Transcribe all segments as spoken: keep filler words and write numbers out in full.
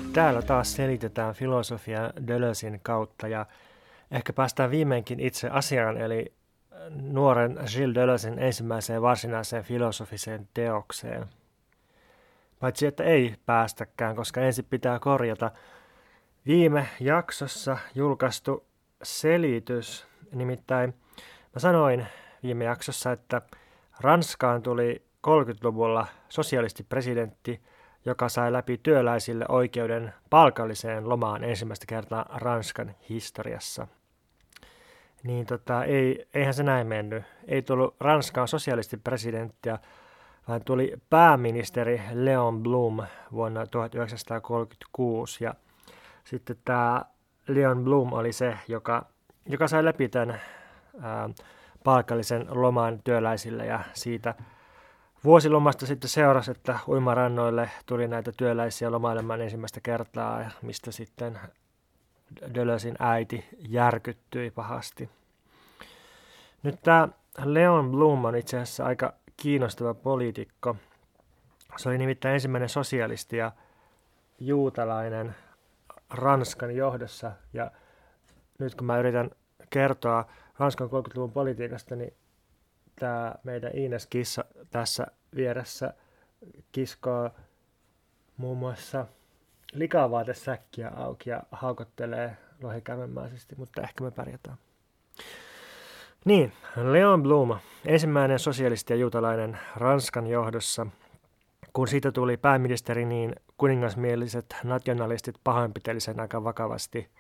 Täällä taas selitetään filosofia Deleuzen kautta ja ehkä päästään viimeinkin itse asiaan, eli nuoren Gilles Deleuzen ensimmäiseen varsinaiseen filosofiseen teokseen. Paitsi että ei päästäkään, koska ensin pitää korjata viime jaksossa julkaistu selitys. Nimittäin mä sanoin viime jaksossa, että Ranskaan tuli kolmekymmentäluvulla sosialistipresidentti, joka sai läpi työläisille oikeuden palkalliseen lomaan ensimmäistä kertaa Ranskan historiassa. Niin tota, ei, eihän se näin mennyt. Ei tullut Ranskaan sosialistipresidenttiä, vaan tuli pääministeri Léon Blum vuonna tuhatyhdeksänsataakolmekymmentäkuusi. Ja sitten tämä Léon Blum oli se, joka, joka sai läpi tämän ää, palkallisen loman työläisille, ja siitä vuosilomasta sitten seurasi, että uimarannoille tuli näitä työläisiä lomailemaan ensimmäistä kertaa, mistä sitten Deleuzen äiti järkyttyi pahasti. Nyt tämä Léon Blum on itse asiassa aika kiinnostava poliitikko. Se oli nimittäin ensimmäinen sosialisti ja juutalainen Ranskan johdossa. Ja nyt kun mä yritän kertoa Ranskan kolmekymmentäluvun politiikasta, niin tämä meidän Ines-kissa tässä vieressä kiskoo muun muassa likavaatesäkkiä auki ja haukottelee lohikärmenmäisesti, mutta ehkä me pärjätään. Niin, Léon Blum, ensimmäinen sosialisti ja juutalainen Ranskan johdossa. Kun siitä tuli pääministeri, niin kuningasmieliset nationalistit pahoinpiteli sen aika vakavasti.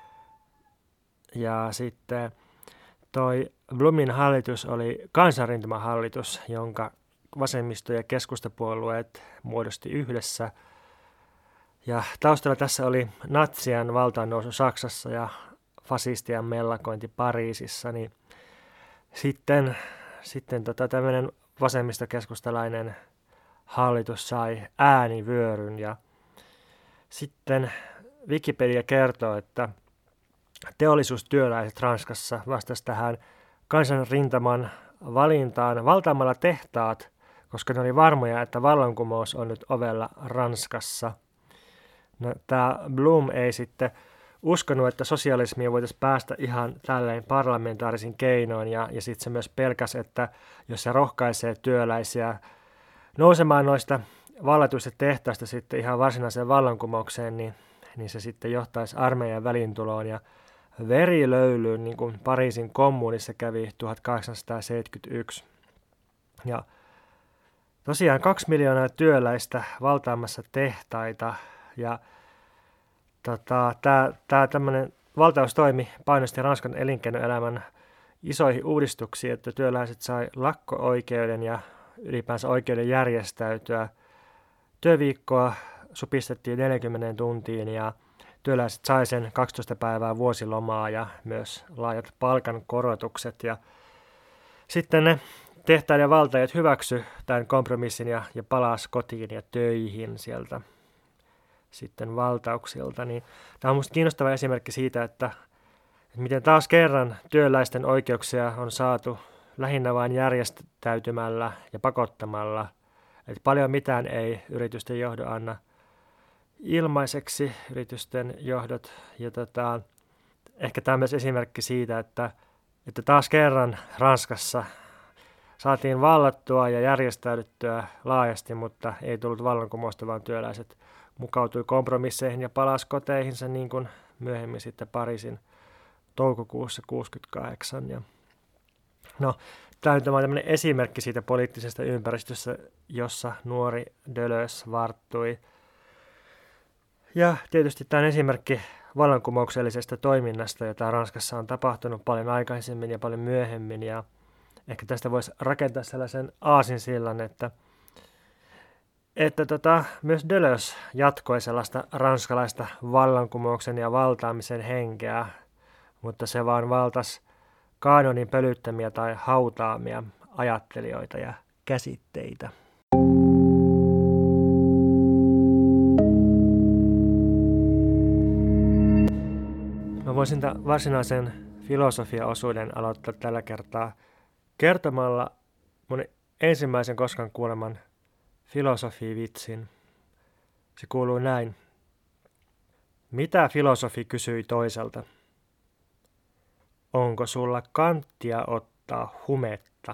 Ja sitten toi Blumin hallitus oli kansanrintamahallitus, jonka vasemmisto- ja keskustapuolueet muodosti yhdessä. Ja taustalla tässä oli natsien valtaannousu Saksassa ja fasistien mellakointi Pariisissa. Niin sitten sitten tota, tämmöinen vasemmistokeskustalainen hallitus sai äänivyöryn. Ja sitten Wikipedia kertoo, että teollisuustyöläiset Ranskassa vastasi tähän kansanrintaman valintaan valtaamalla tehtaat, koska ne oli varmoja, että vallankumous on nyt ovella Ranskassa. No, tämä Blum ei sitten uskonut, että sosialismiin voitaisiin päästä ihan tälleen parlamentaarisin keinoin, ja, ja sitten se myös pelkäsi, että jos se rohkaisee työläisiä nousemaan noista vallatuista tehtaista sitten ihan varsinaiseen vallankumoukseen, niin, niin se sitten johtaisi armeijan välintuloon ja verilöylyyn, niin kuin Pariisin kommunissa kävi tuhatkahdeksansataaseitsemänkymmentäyksi. Ja tosiaan kaksi miljoonaa työläistä valtaamassa tehtaita, ja tota, tämä tämmöinen valtaustoimi painosti Ranskan elinkeinoelämän isoihin uudistuksiin, että työläiset sai lakko-oikeuden ja ylipäänsä oikeuden järjestäytyä. Työviikkoa supistettiin neljäänkymmeneen tuntiin ja työläiset sai sen kaksitoista päivää vuosilomaa ja myös laajat palkankorotukset. Ja sitten ne tehtaiden valtajat hyväksy tämän kompromissin ja, ja palasi kotiin ja töihin sieltä sitten valtauksilta. Niin tämä on minusta kiinnostava esimerkki siitä, että, että miten taas kerran työläisten oikeuksia on saatu lähinnä vain järjestäytymällä ja pakottamalla. Että paljon mitään ei yritysten johdo anna ilmaiseksi, yritysten johdot. Ja tota, ehkä tämä on myös esimerkki siitä, että, että taas kerran Ranskassa saatiin vallattua ja järjestäydyttyä laajasti, mutta ei tullut vallankumousta, vaan työläiset mukautui kompromisseihin ja palasi koteihinsa, niin kuin myöhemmin sitten Pariisin toukokuussa kuusikymmentäkahdeksan. Ja no, tämä on tämmöinen esimerkki siitä poliittisesta ympäristössä, jossa nuori Deleuze varttui. Ja tietysti tämä on esimerkki vallankumouksellisesta toiminnasta, jota Ranskassa on tapahtunut paljon aikaisemmin ja paljon myöhemmin. Ja ehkä tästä voisi rakentaa sellaisen aasinsillan, että, että tota, myös Deleuze jatkoi sellaista ranskalaista vallankumouksen ja valtaamisen henkeä, mutta se vaan valtasi kaanonin pölyttämiä tai hautaamia ajattelijoita ja käsitteitä. Mä voisin tämän varsinaisen filosofia-osuuden aloittaa tällä kertaa kertomalla mun ensimmäisen koskaan kuuleman filosofivitsin. Se kuuluu näin. Mitä filosofi kysyi toiselta? Onko sulla kanttia ottaa humetta?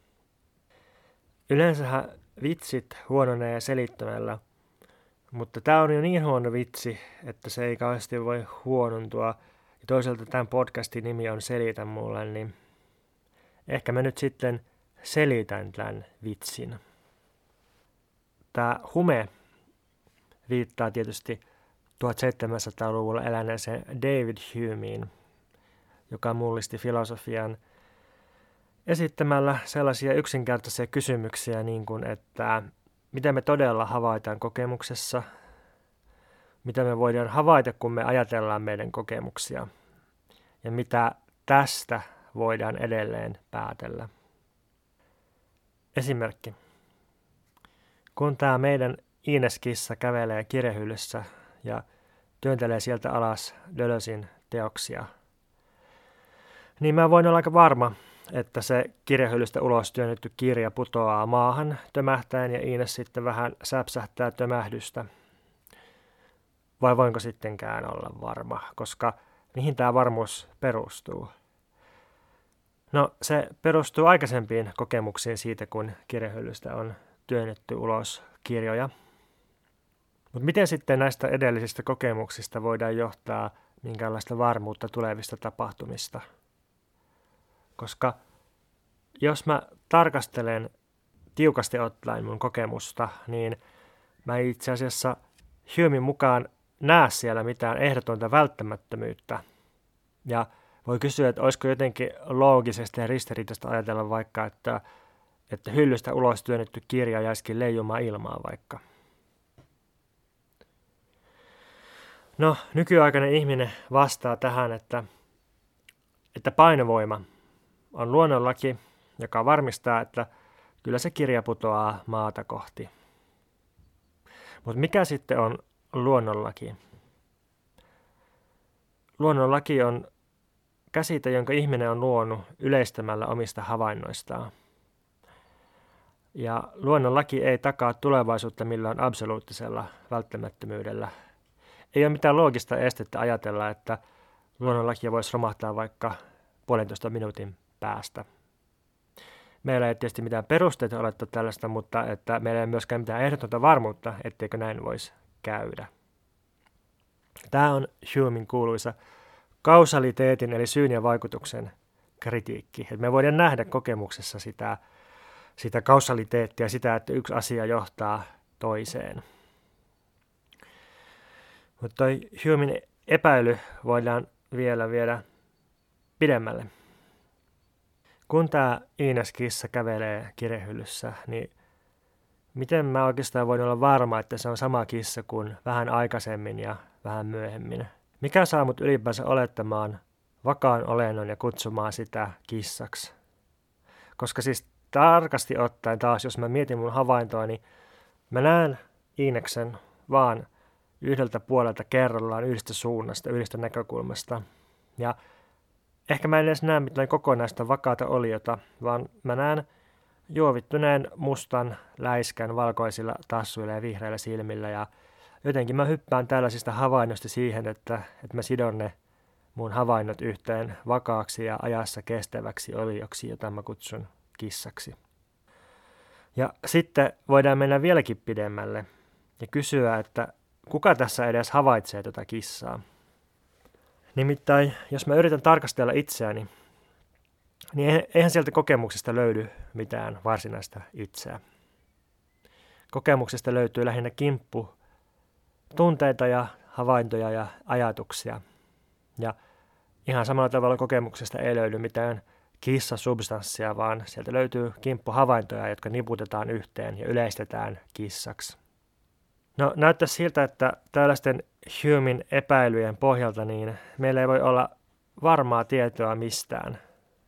Yleensähän vitsit huononee selittämällä, mutta tämä on jo niin huono vitsi, että se ei kauheasti voi huonontua. Ja toisaalta tämän podcastin nimi on Selitä mulle, niin ehkä mä nyt sitten selitän tämän vitsin. Tämä hume viittaa tietysti tuhatseitsemänsataaluvulla eläneeseen David Humeen, joka mullisti filosofian esittämällä sellaisia yksinkertaisia kysymyksiä, niin kuin, että mitä me todella havaitaan kokemuksessa, mitä me voidaan havaita, kun me ajatellaan meidän kokemuksia, ja mitä tästä voidaan edelleen päätellä. Esimerkki. Kun tämä meidän Ines-kissa kävelee kirjahyllyssä ja työntelee sieltä alas Deleuzen teoksia, niin mä voin olla aika varma, että se kirjahyllystä ulos työnnetty kirja putoaa maahan tömähtäen ja Ines sitten vähän säpsähtää tömähdystä. Vai voinko sittenkään olla varma, koska mihin tämä varmuus perustuu? No se perustuu aikaisempiin kokemuksiin siitä, kun kirjahyllystä on työnnetty ulos kirjoja. Mutta miten sitten näistä edellisistä kokemuksista voidaan johtaa minkäänlaista varmuutta tulevista tapahtumista? Koska jos mä tarkastelen tiukasti ottaen mun kokemusta, niin mä itse asiassa Humen mukaan näe siellä mitään ehdotonta välttämättömyyttä. Ja voi kysyä, että olisiko jotenkin loogisesti ja ristiriitaista ajatella vaikka, että, että hyllystä ulos työnnetty kirja jäisikin leijumaan ilmaa vaikka. No, nykyaikainen ihminen vastaa tähän, että, että painovoima on luonnonlaki, joka varmistaa, että kyllä se kirja putoaa maata kohti. Mutta mikä sitten on luonnonlaki? Luonnonlaki on käsite, jonka ihminen on luonut yleistämällä omista havainnoistaan. Ja luonnonlaki ei takaa tulevaisuutta millään absoluuttisella välttämättömyydellä. Ei ole mitään loogista estettä ajatella, että luonnonlakia voisi romahtaa vaikka puolentoista minuutin päästä. Meillä ei tietysti mitään perusteita olettaa tällaista, mutta että meillä ei myöskään mitään ehdotonta varmuutta, etteikö näin voisi käydä. Tämä on Humen kuuluisa kausaliteetin eli syyn ja vaikutuksen kritiikki. Että me voidaan nähdä kokemuksessa sitä, sitä kausaliteettia, sitä, että yksi asia johtaa toiseen. Mutta toi Humen epäily voidaan vielä viedä pidemmälle. Kun tämä Ines-kissa kävelee kirjahyllyssä, niin miten mä oikeastaan voin olla varma, että se on sama kissa kuin vähän aikaisemmin ja vähän myöhemmin? Mikä saa mut ylipäänsä olettamaan vakaan olennon ja kutsumaan sitä kissaksi? Koska siis tarkasti ottaen taas, jos mä mietin mun havaintoa, niin mä näen Ineksen vaan yhdeltä puolelta kerrallaan, yhdestä suunnasta, yhdestä näkökulmasta. Ja ehkä mä en edes näe mitään kokonaista vakaata oliota, vaan mä näen juovittuneen mustan läiskän valkoisilla tassuilla ja vihreillä silmillä. Ja jotenkin mä hyppään tällaisista havainnoista siihen, että, että mä sidon ne mun havainnot yhteen vakaaksi ja ajassa kestäväksi olioksi, jota mä kutsun kissaksi. Ja sitten voidaan mennä vieläkin pidemmälle ja kysyä, että kuka tässä edes havaitsee tätä kissaa? Nimittäin, jos mä yritän tarkastella itseäni, niin eihän sieltä kokemuksesta löydy mitään varsinaista itseä. Kokemuksesta löytyy lähinnä kimppu tunteita ja havaintoja ja ajatuksia. Ja ihan samalla tavalla kokemuksesta ei löydy mitään kissasubstanssia, vaan sieltä löytyy kimppu havaintoja, jotka niputetaan yhteen ja yleistetään kissaksi. No näyttää siltä, että tällaisten Humen epäilyjen pohjalta niin meillä ei voi olla varmaa tietoa mistään.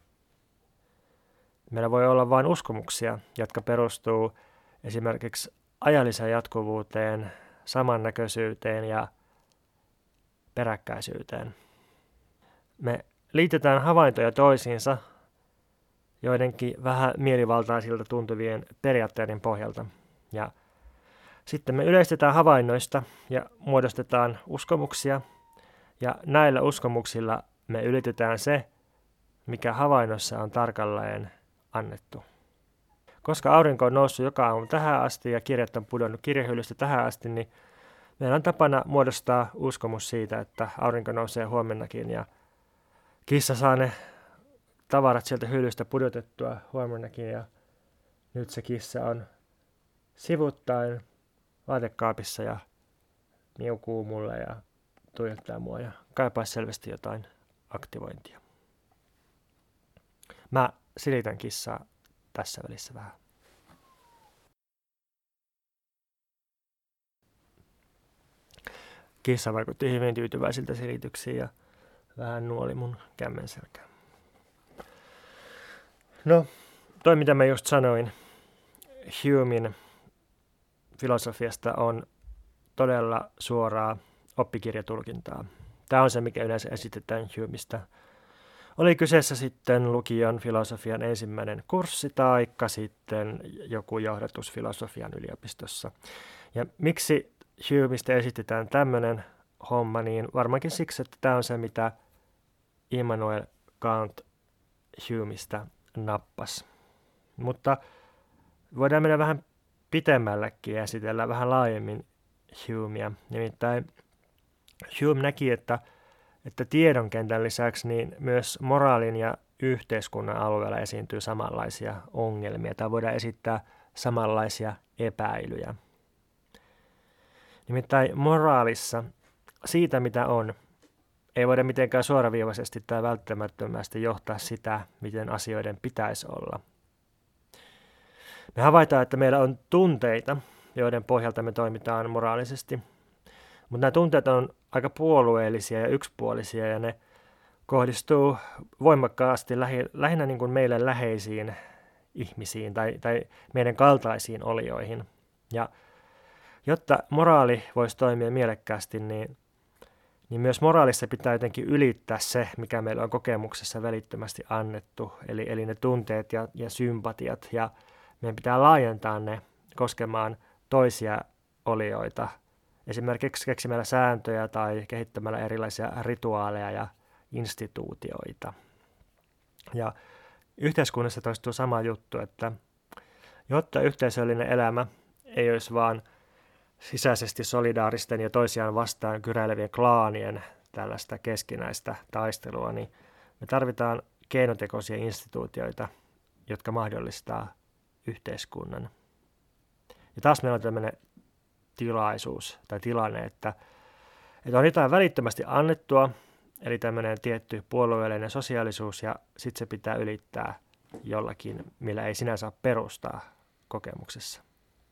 Meillä voi olla vain uskomuksia, jotka perustuu esimerkiksi ajalliseen jatkuvuuteen, samannäköisyyteen ja peräkkäisyyteen. Me liitetään havaintoja toisiinsa joidenkin vähän mielivaltaisilta tuntuvien periaatteiden pohjalta. Ja sitten me yleistetään havainnoista ja muodostetaan uskomuksia, Ja näillä uskomuksilla me ylitetään se, mikä havainnossa on tarkalleen annettu. Koska aurinko on noussut joka aamu tähän asti ja kirjat on pudonnut kirjahyllystä tähän asti, niin meillä on tapana muodostaa uskomus siitä, että aurinko nousee huomennakin ja kissa saa ne tavarat sieltä hyllystä pudotettua huomennakin ja nyt se kissa on sivuttain vaatekaapissa ja miukuu mulle ja tuijottaa mua ja kaipaisi selvästi jotain aktivointia. Mä silitän kissaa tässä välissä vähän. Kissa vaikutti hyvin tyytyväisiltä silityksiin ja vähän nuoli mun kämmen selkään. No, toi mitä mä just sanoin Humein filosofiasta on todella suoraa oppikirjatulkintaa. Tämä on se, mikä yleensä esitetään Humeista. Oli kyseessä sitten lukion filosofian ensimmäinen kurssi tai sitten joku johdatus filosofian yliopistossa. Ja miksi Humeista esitetään tämmöinen homma, niin varmaankin siksi, että tämä on se, mitä Immanuel Kant Humeista nappasi. Mutta voidaan mennä vähän pitemmällekin ja esitellä vähän laajemmin Humea. Nimittäin Hume näki, että, että tiedonkentän lisäksi niin myös moraalin ja yhteiskunnan alueella esiintyy samanlaisia ongelmia tai voidaan esittää samanlaisia epäilyjä. Nimittäin moraalissa siitä, mitä on, ei voida mitenkään suoraviivaisesti tai välttämättömästi johtaa sitä, miten asioiden pitäisi olla. Me havaitaan, että meillä on tunteita, joiden pohjalta me toimitaan moraalisesti, mutta nämä tunteet on aika puolueellisia ja yksipuolisia ja ne kohdistuu voimakkaasti lähi, lähinnä niin kuin meille läheisiin ihmisiin tai, tai meidän kaltaisiin olioihin. Ja jotta moraali voisi toimia mielekkäästi, niin, niin myös moraalissa pitää jotenkin ylittää se, mikä meillä on kokemuksessa välittömästi annettu, eli, eli ne tunteet ja, ja sympatiat, ja meidän pitää laajentaa ne koskemaan toisia olioita, esimerkiksi keksimällä sääntöjä tai kehittämällä erilaisia rituaaleja ja instituutioita. Ja yhteiskunnassa toistuu sama juttu, että jotta yhteisöllinen elämä ei olisi vaan sisäisesti solidaaristen ja toisiaan vastaan kyräilevien klaanien tällaista keskinäistä taistelua, niin me tarvitaan keinotekoisia instituutioita, jotka mahdollistaa yhteiskunnan. Ja taas meillä on tämmöinen tilaisuus tai tilanne, että, että on jotain välittömästi annettua, eli tämmöinen tietty puolueellinen sosiaalisuus, ja sitten se pitää ylittää jollakin, millä ei sinänsä saa perustaa kokemuksessa.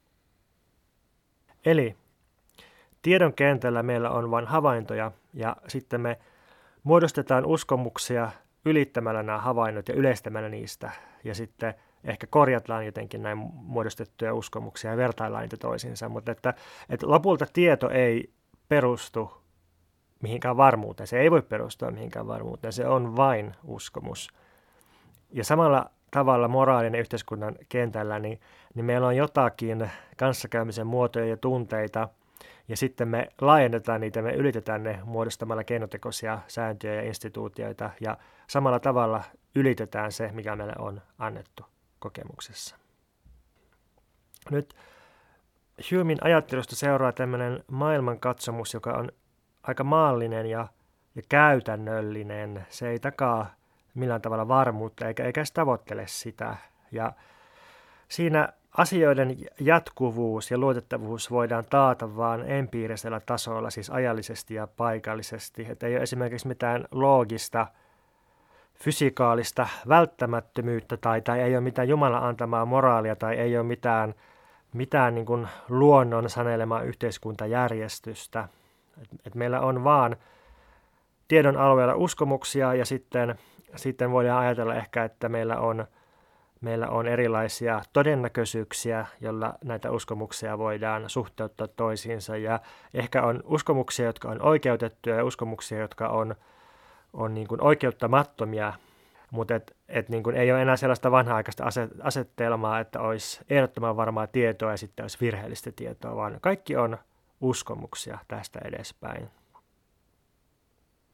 Eli tiedon kentällä meillä on vain havaintoja, ja sitten me muodostetaan uskomuksia ylittämällä nämä havainnot ja yleistämällä niistä, ja sitten ehkä korjataan jotenkin näin muodostettuja uskomuksia ja vertaillaan niitä toisiinsa, mutta että, että lopulta tieto ei perustu mihinkään varmuuteen. Se ei voi perustua mihinkään varmuuteen, se on vain uskomus. Ja samalla tavalla moraalin ja yhteiskunnan kentällä, niin, niin meillä on jotakin kanssakäymisen muotoja ja tunteita, ja sitten me laajennetaan niitä, me ylitetään ne muodostamalla keinotekoisia sääntöjä ja instituutioita, ja samalla tavalla ylitetään se, mikä meille on annettu kokemuksessa. Nyt Humein ajattelusta seuraa tämmöinen maailmankatsomus, joka on aika maallinen ja, ja käytännöllinen. Se ei takaa millään tavalla varmuutta eikä, eikä tavoittele sitä. Ja siinä asioiden jatkuvuus ja luotettavuus voidaan taata vain empiirisellä tasolla, siis ajallisesti ja paikallisesti. Että ei ole esimerkiksi mitään loogista fysikaalista välttämättömyyttä tai, tai ei ole mitään Jumalan antamaa moraalia tai ei ole mitään, mitään niin kuin luonnon sanelemaa yhteiskuntajärjestystä. Et, et meillä on vaan tiedon alueella uskomuksia ja sitten, sitten voidaan ajatella ehkä, että meillä on, meillä on erilaisia todennäköisyyksiä, joilla näitä uskomuksia voidaan suhteuttaa toisiinsa ja ehkä on uskomuksia, jotka on oikeutettuja ja uskomuksia, jotka on on niin kuin oikeuttamattomia, mutta et, et niin kuin ei ole enää sellaista vanha-aikaista asettelmaa, että olisi ehdottoman varmaa tietoa ja sitten olisi virheellistä tietoa, vaan kaikki on uskomuksia tästä edespäin.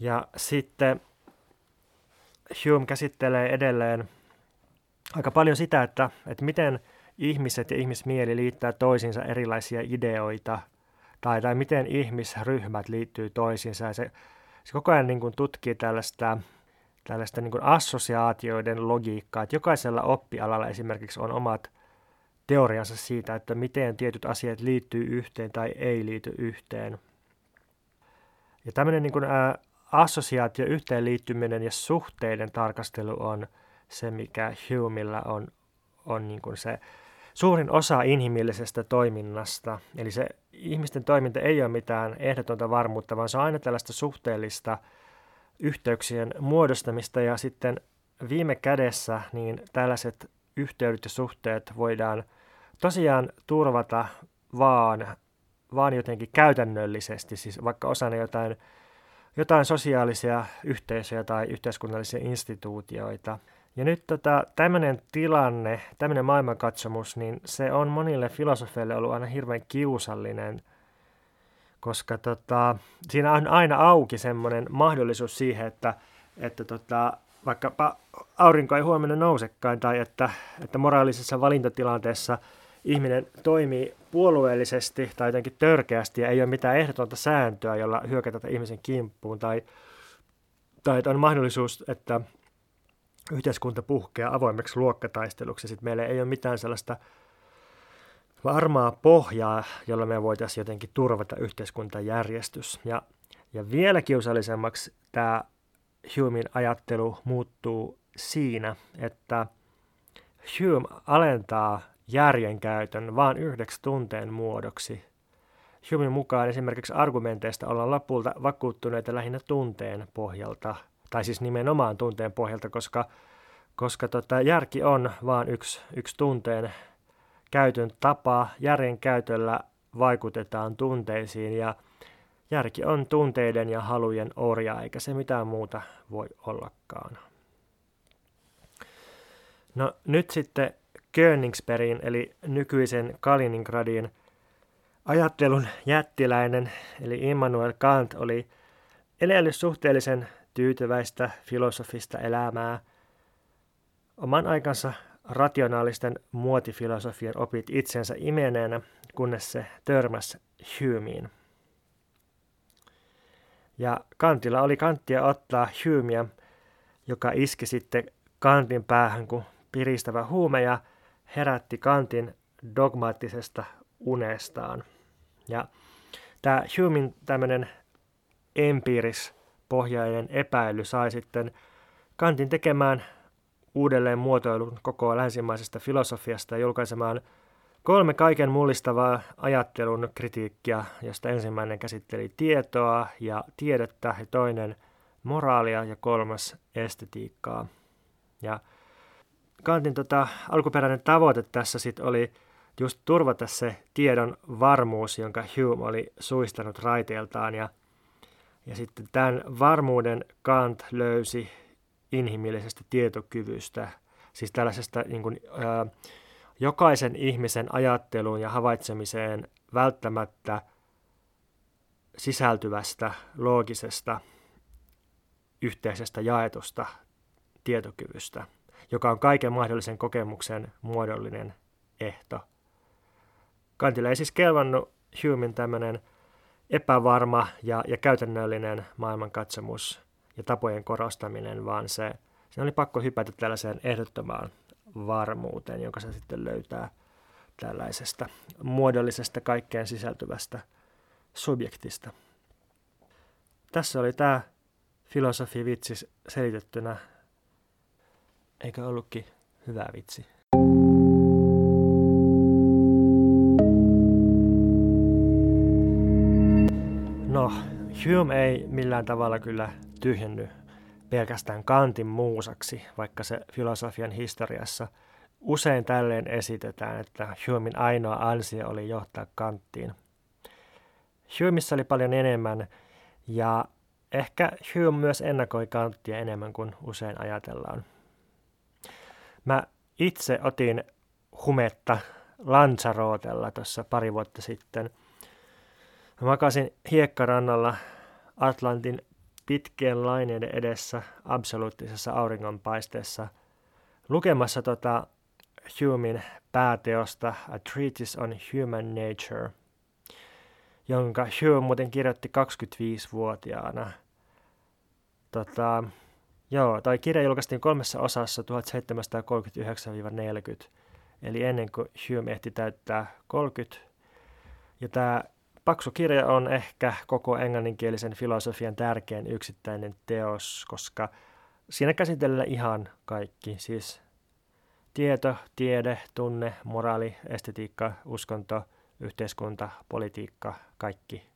Ja sitten Hume käsittelee edelleen aika paljon sitä, että, että miten ihmiset ja ihmismieli liittää toisiinsa erilaisia ideoita, tai, tai miten ihmisryhmät liittyy toisiinsa. Ja se, se koko ajan niin kuin tutkii tällaista, tällaista niin kuin assosiaatioiden logiikkaa, että jokaisella oppialalla esimerkiksi on omat teoriansa siitä, että miten tietyt asiat liittyy yhteen tai ei liity yhteen. Ja tämmöinen niin kuin, ä, assosiaatio, yhteenliittyminen ja suhteiden tarkastelu on se, mikä Humella on, on niin kuin se suurin osa inhimillisestä toiminnasta. Eli se ihmisten toiminta ei ole mitään ehdotonta varmuutta, vaan se on aina tällaista suhteellista yhteyksien muodostamista, ja sitten viime kädessä niin tällaiset yhteydet ja suhteet voidaan tosiaan turvata vaan, vaan jotenkin käytännöllisesti, siis vaikka osana jotain, jotain sosiaalisia yhteisöjä tai yhteiskunnallisia instituutioita. Ja nyt tota, tämmöinen tilanne, tämmöinen maailmankatsomus, niin se on monille filosofeille ollut aina hirveän kiusallinen, koska tota, siinä on aina auki semmoinen mahdollisuus siihen, että, että tota, vaikkapa aurinko ei huomenna nousekaan, tai että, että moraalisessa valintatilanteessa ihminen toimii puolueellisesti tai jotenkin törkeästi ja ei ole mitään ehdotonta sääntöä, jolla hyökätä ihmisen kimppuun, tai, tai että on mahdollisuus, että yhteiskunta puhkeaa avoimeksi luokkataisteluksi, sitten meillä ei ole mitään sellaista varmaa pohjaa, jolla me voitaisiin jotenkin turvata yhteiskuntajärjestys. Ja, ja vielä kiusallisemmaksi tämä Humen ajattelu muuttuu siinä, että Hume alentaa järjen käytön vain yhdeksi tunteen muodoksi. Humen mukaan esimerkiksi argumenteista ollaan lopulta vakuuttuneita lähinnä tunteen pohjalta, tai siis nimenomaan tunteen pohjalta, koska, koska tota, järki on vain yksi, yksi tunteen käytön tapa. Järjen käytöllä vaikutetaan tunteisiin, ja järki on tunteiden ja halujen orja, eikä se mitään muuta voi ollakaan. No nyt sitten Königsbergin, eli nykyisen Kaliningradin ajattelun jättiläinen, eli Immanuel Kant, oli elellyt suhteellisen tyytyväistä filosofista elämää. Oman aikansa rationaalisten muotifilosofien opit itsensä imeneenä, kunnes se törmäsi Humeen. Ja Kantilla oli kanttia ottaa Humea, joka iski sitten Kantin päähän kuin piristävä huume ja herätti Kantin dogmaattisesta unestaan. Ja tämä Humen tämmöinen empiirispohjainen epäily sai sitten Kantin tekemään uudelleen muotoilun koko länsimaisesta filosofiasta ja julkaisemaan kolme kaiken mullistavaa ajattelun kritiikkiä, josta ensimmäinen käsitteli tietoa ja tiedettä, ja toinen moraalia ja kolmas estetiikkaa. Ja Kantin tota, alkuperäinen tavoite tässä sit oli just turvata se tiedon varmuus, jonka Hume oli suistanut raiteiltaan, ja, ja sitten tämän varmuuden Kant löysi inhimillisestä tietokyvystä, siis tällaisesta niin kuin, ää, jokaisen ihmisen ajatteluun ja havaitsemiseen välttämättä sisältyvästä, loogisesta, yhteisestä jaetusta tietokyvystä, joka on kaiken mahdollisen kokemuksen muodollinen ehto. Kantille ei siis kelvannut Humen tämmöinen epävarma ja, ja käytännöllinen maailmankatsomus ja tapojen korostaminen, vaan se, se oli pakko hypätä tällaiseen ehdottomaan varmuuteen, jonka se sitten löytää tällaisesta muodollisesta kaikkeen sisältyvästä subjektista. Tässä oli tämä filosofivitsi selitettynä. Eikö ollutkin hyvä vitsi? No, Hume ei millään tavalla kyllä tyhjenny pelkästään Kantin muusaksi, vaikka se filosofian historiassa usein tälleen esitetään, että Humen ainoa ansio oli johtaa Kanttiin. Humessa oli paljon enemmän, ja ehkä Hume myös ennakoi Kanttia enemmän kuin usein ajatellaan. Mä itse otin humetta Lanzarotella tuossa pari vuotta sitten. Mä makasin hiekkarannalla Atlantin pitkien laineiden edessä absoluuttisessa auringonpaisteessa lukemassa tota Humein pääteosta A Treatise on Human Nature, jonka Hume muuten kirjoitti kaksikymmentäviisivuotiaana. Tota, joo, toi kirja julkaistiin kolmessa osassa tuhatseitsemänsataakolmekymmentäyhdeksän neljäkymmentä, eli ennen kuin Hume ehti täyttää kolmekymmentä. Ja tämä paksu kirja on ehkä koko englanninkielisen filosofian tärkein yksittäinen teos, koska siinä käsitellään ihan kaikki, siis tieto, tiede, tunne, moraali, estetiikka, uskonto, yhteiskunta, politiikka, kaikki.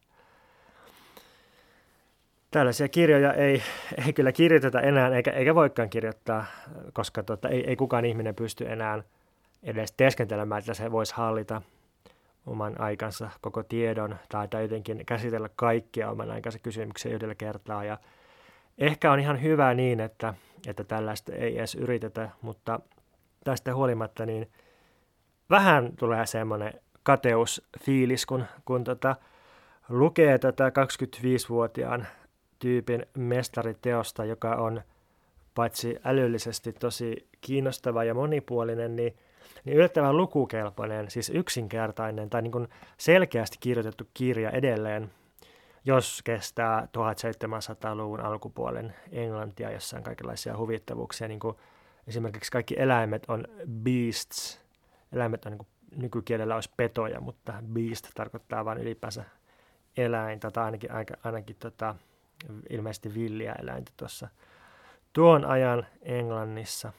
Tällaisia kirjoja ei, ei kyllä kirjoiteta enää, eikä, eikä voikaan kirjoittaa, koska tota, ei, ei kukaan ihminen pysty enää edes teeskentelemään, että se voisi hallita oman aikansa koko tiedon tai, tai jotenkin käsitellä kaikkia oman aikansa kysymyksiä yhdellä kertaa. Ja ehkä on ihan hyvä niin, että, että tällaista ei edes yritetä, mutta tästä huolimatta niin vähän tulee semmoinen kateusfiilis, kun, kun tota, lukee tätä kaksikymmentäviisivuotiaan tyypin mestariteosta, joka on paitsi älyllisesti tosi kiinnostava ja monipuolinen, niin, niin yllättävän lukukelpoinen, siis yksinkertainen tai niin kuin selkeästi kirjoitettu kirja edelleen, jos kestää tuhatseitsemänsataaluvun alkupuolen englantia, jossa on kaikenlaisia huvittavuuksia, niin kuin esimerkiksi kaikki eläimet on beasts. Eläimet on niin kuin nykykielellä olisi petoja, mutta beast tarkoittaa vain ylipäänsä eläintä, tai ainakin, ainakin, ainakin tota, ilmeisesti villiä eläintä tuossa tuon ajan Englannissa.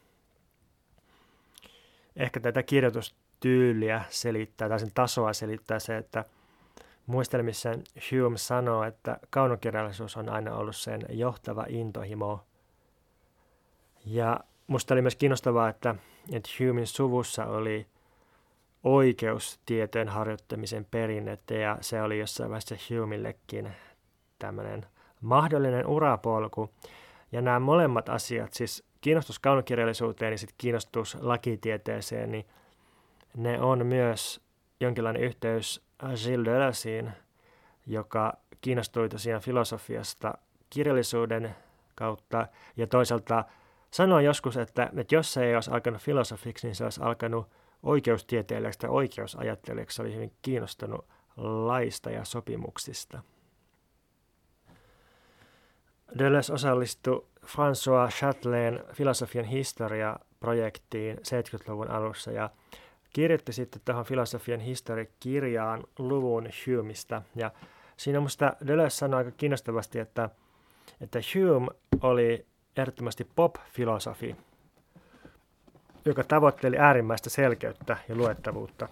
Ehkä tätä kirjoitustyyliä selittää, tai sen tasoa selittää se, että muistelmissaan Hume sanoo, että kaunokirjallisuus on aina ollut sen johtava intohimo. Ja musta oli myös kiinnostavaa, että, että Humein suvussa oli oikeustieteen harjoittamisen perinnettä, ja se oli jossain vaiheessa Humeillekin tämmöinen mahdollinen urapolku. Ja nämä molemmat asiat, siis kiinnostus kaunokirjallisuuteen ja sitten kiinnostus lakitieteeseen, niin ne on myös jonkinlainen yhteys Gilles Deleuziin, joka kiinnostui tosiaan filosofiasta kirjallisuuden kautta ja toisaalta sanoi joskus, että, että jos se ei olisi alkanut filosofiksi, niin se olisi alkanut oikeustieteilijäksi tai oikeusajattelijaksi. Se oli hyvin kiinnostunut laista ja sopimuksista. Deleuze osallistui François Chatelain filosofian historia-projektiin seitsemänkymmentäluvun alussa ja kirjoitti sitten tuohon filosofian historiakirjaan luvun Humeista. Ja siinä minusta Deleuze sanoi aika kiinnostavasti, että, että Hume oli ehdottomasti pop-filosofi, joka tavoitteli äärimmäistä selkeyttä ja luettavuutta.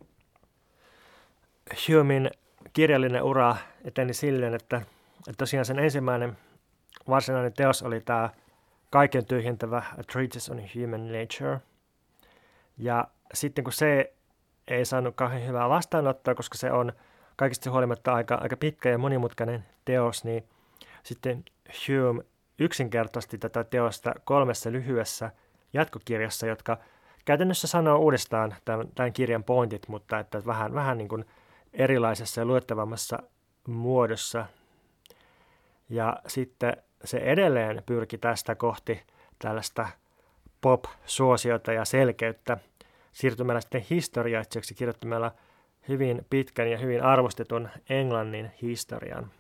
Humein kirjallinen ura eteni silleen, että, että tosiaan sen ensimmäinen varsinainen teos oli tämä kaiken tyhjentävä A Treatise on Human Nature. Ja sitten kun se ei saanut kauhean hyvää vastaanottoa, koska se on kaikista huolimatta aika, aika pitkä ja monimutkainen teos, niin sitten Hume yksinkertaisesti tätä teosta kolmessa lyhyessä jatkokirjassa, jotka käytännössä sanoo uudestaan tämän, tämän kirjan pointit, mutta että vähän, vähän niin kuin erilaisessa ja luettavammassa muodossa. Ja sitten se edelleen pyrki tästä kohti tällaista pop-suosiota ja selkeyttä siirtymällä sitten historiaitseksi kirjoittamalla hyvin pitkän ja hyvin arvostetun englannin historian.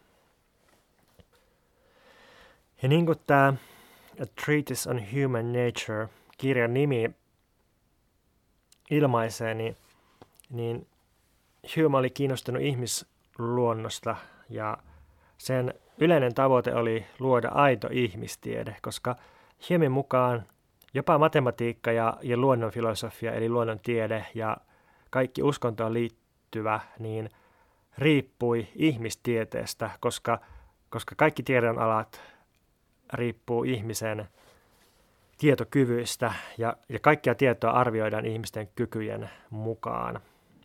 Ja niin kuin tämä A Treatise on Human Nature -kirjan nimi ilmaisee, niin, niin Hume oli kiinnostunut ihmisluonnosta ja sen yleinen tavoite oli luoda aito ihmistiede, koska Humein mukaan jopa matematiikka ja, ja luonnonfilosofia eli luonnontiede ja kaikki uskontoon liittyvä niin riippui ihmistieteestä, koska, koska kaikki tiedenalat riippuu ihmisen tietokyvyistä ja, ja kaikkia tietoa arvioidaan ihmisten kykyjen mukaan.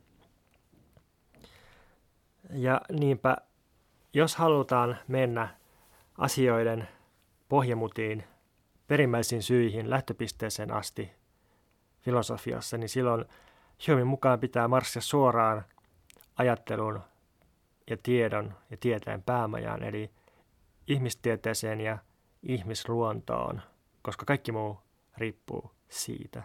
Ja niinpä, jos halutaan mennä asioiden pohjamutiin, perimmäisiin syihin, lähtöpisteeseen asti filosofiassa, niin silloin Humein mukaan pitää marssia suoraan ajattelun ja tiedon ja tieteen päämajaan, eli ihmistieteeseen ja ihmisluontoon, koska kaikki muu riippuu siitä.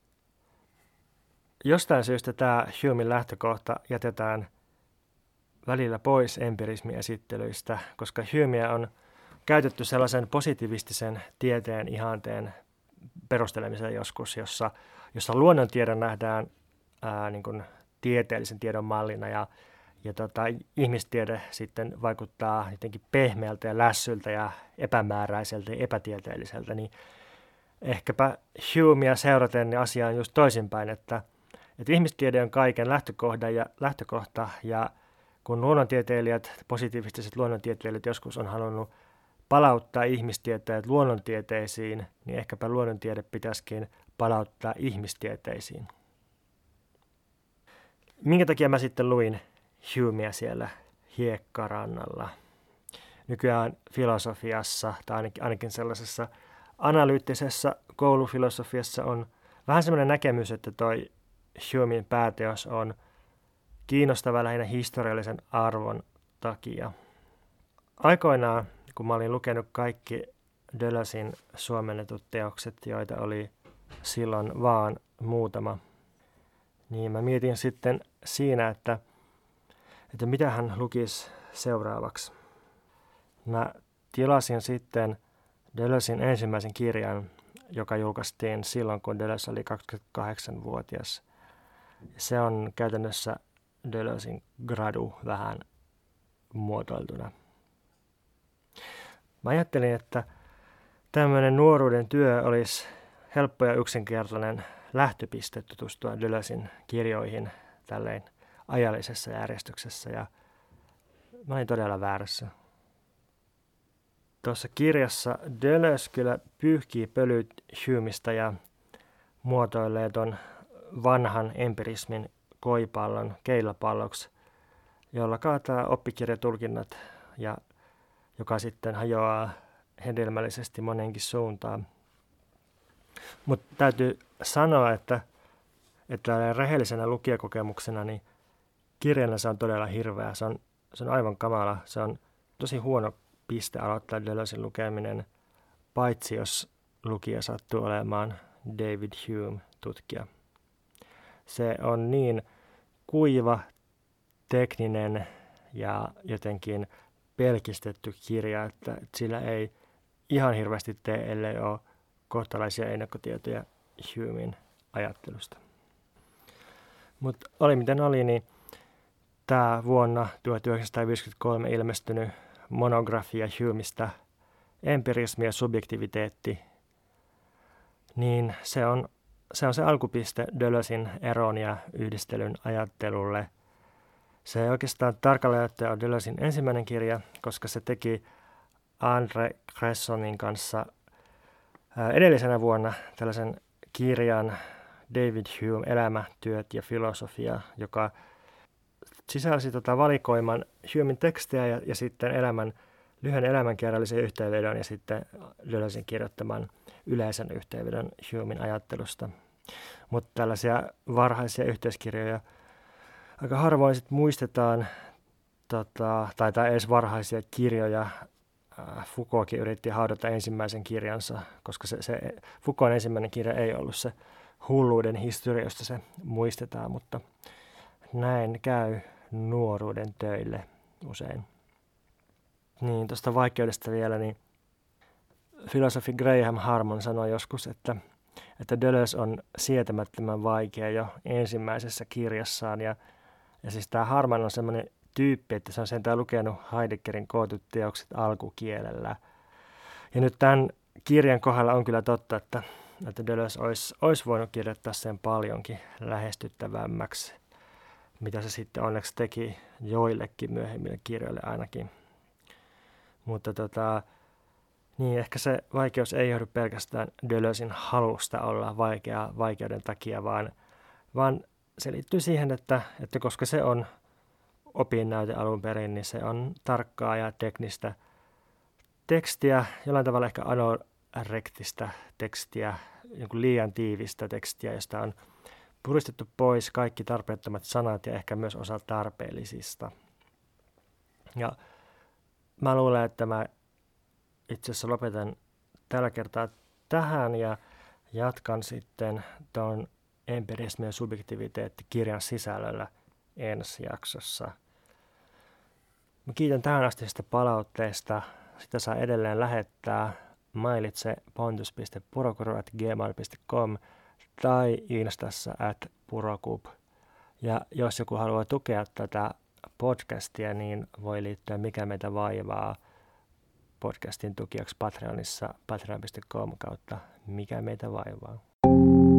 Jostain syystä tämä Humen lähtökohta jätetään välillä pois empirismin esittelyistä, koska Humea on käytetty sellaisen positivistisen tieteen ihanteen perustelemiseen joskus, jossa, jossa luonnontiede nähdään ää, niin kuin tieteellisen tiedon mallina ja, ja tota, ihmistiede sitten vaikuttaa jotenkin pehmeältä ja lässyltä ja epämääräiseltä ja epätieteelliseltä, niin ehkäpä Humea seuraten niin asia on just toisinpäin, että, että ihmistiede on kaiken lähtökohta ja, lähtökohta ja kun luonnontieteilijät, positiivistiset luonnontieteilijät joskus on halunnut palauttaa ihmistieteet luonnontieteisiin, niin ehkäpä luonnontiede pitäisikin palauttaa ihmistieteisiin. Minkä takia mä sitten luin Humea siellä hiekkarannalla? Nykyään filosofiassa, tai ainakin, ainakin sellaisessa analyyttisessä koulufilosofiassa on vähän semmoinen näkemys, että toi Humen pääteos on kiinnostava lähinnä historiallisen arvon takia. Aikoinaan, kun mä olin lukenut kaikki Deleuzin suomennetut teokset, joita oli silloin vaan muutama, niin mä mietin sitten siinä, että, että mitä hän lukisi seuraavaksi. Mä tilasin sitten Deleuzin ensimmäisen kirjan, joka julkaistiin silloin, kun Deleuze oli kaksikymmentäkahdeksanvuotias. Se on käytännössä Deleuzin gradu vähän muotoiltuna. Mä ajattelin, että tämmöinen nuoruuden työ olisi helppo ja yksinkertainen lähtöpiste tutustua Deleuzin kirjoihin tälleen ajallisessa järjestyksessä, ja mä olin todella väärässä. Tuossa kirjassa Deleuze kyllä pyyhkii pölyt Humesta ja muotoilee ton vanhan empirismin koipallon keilapalloksi, jolla kaataa oppikirjatulkinnat ja joka sitten hajoaa hedelmällisesti monenkin suuntaan. Mutta täytyy sanoa, että, että rehellisenä lukijakokemuksena niin kirjana se on todella hirveä. Se on, se on aivan kamala. Se on tosi huono piste aloittaa Deleuzin lukeminen, paitsi jos lukija sattuu olemaan David Hume-tutkija. Se on niin kuiva, tekninen ja jotenkin pelkistetty kirja, että sillä ei ihan hirveästi tee, ellei ole kohtalaisia ennakkotietoja Humen ajattelusta. Mutta oli miten oli, niin tämä vuonna tuhatyhdeksänsataaviisikymmentäkolme ilmestynyt monografia Humesta, empirismi ja subjektiviteetti, niin se on se, on se alkupiste Deleuzin eron ja yhdistelyn ajattelulle. Se ei oikeastaan tarkalleen ottaen ole Deleuzin ensimmäinen kirja, koska se teki André Cressonin kanssa edellisenä vuonna tällaisen kirjan David Hume, elämä, työt ja filosofia, joka sisälsi tota valikoiman Humen tekstejä ja, ja sitten elämän, lyhyen elämänkerrallisen yhteenvedon ja sitten Deleuzin kirjoittaman yleisen yhteenvedon Humen ajattelusta. Mutta tällaisia varhaisia yhteiskirjoja aika harvoin sit muistetaan, tota, tai, tai edes varhaisia kirjoja. Foucaultkin yritti haudata ensimmäisen kirjansa, koska se, se Foucaultin ensimmäinen kirja ei ollut se hulluuden historia, josta se muistetaan, mutta näin käy nuoruuden töille usein. Niin, tuosta vaikeudesta vielä, niin filosofi Graham Harmon sanoi joskus, että, että Deleuze on sietämättömän vaikea jo ensimmäisessä kirjassaan, ja, ja siis tämä Harmon on semmoinen tyyppi, että se on sentään lukenut Heideggerin kootut teokset alkukielellä. Ja nyt tämän kirjan kohdalla on kyllä totta, että, että Deleuze olisi, olisi voinut kirjoittaa sen paljonkin lähestyttävämmäksi, mitä se sitten onneksi teki joillekin myöhemmille kirjoille ainakin. Mutta tota, niin ehkä se vaikeus ei johdu pelkästään Deleuzin halusta olla vaikea vaikeuden takia, vaan, vaan se liittyy siihen, että, että koska se on opinnäyte alun perin, niin se on tarkkaa ja teknistä tekstiä, jollain tavalla ehkä anorektista tekstiä, jonkun liian tiivistä tekstiä, josta on puristettu pois kaikki tarpeettomat sanat ja ehkä myös osa tarpeellisista. Ja mä luulen, että mä itse asiassa lopetan tällä kertaa tähän ja jatkan sitten tuon empirismi ja subjektiviteetti kirjan sisällöllä ensi jaksossa. Mä kiitän tähän astisesta palautteesta. Sitä saa edelleen lähettää mailitse pontus piste purokuru at gmail piste com tai instassa at purokub. Ja jos joku haluaa tukea tätä podcastia, niin voi liittyä Mikä meitä vaivaa podcastin tukijaksi Patreonissa patreon piste com kautta Mikä meitä vaivaa.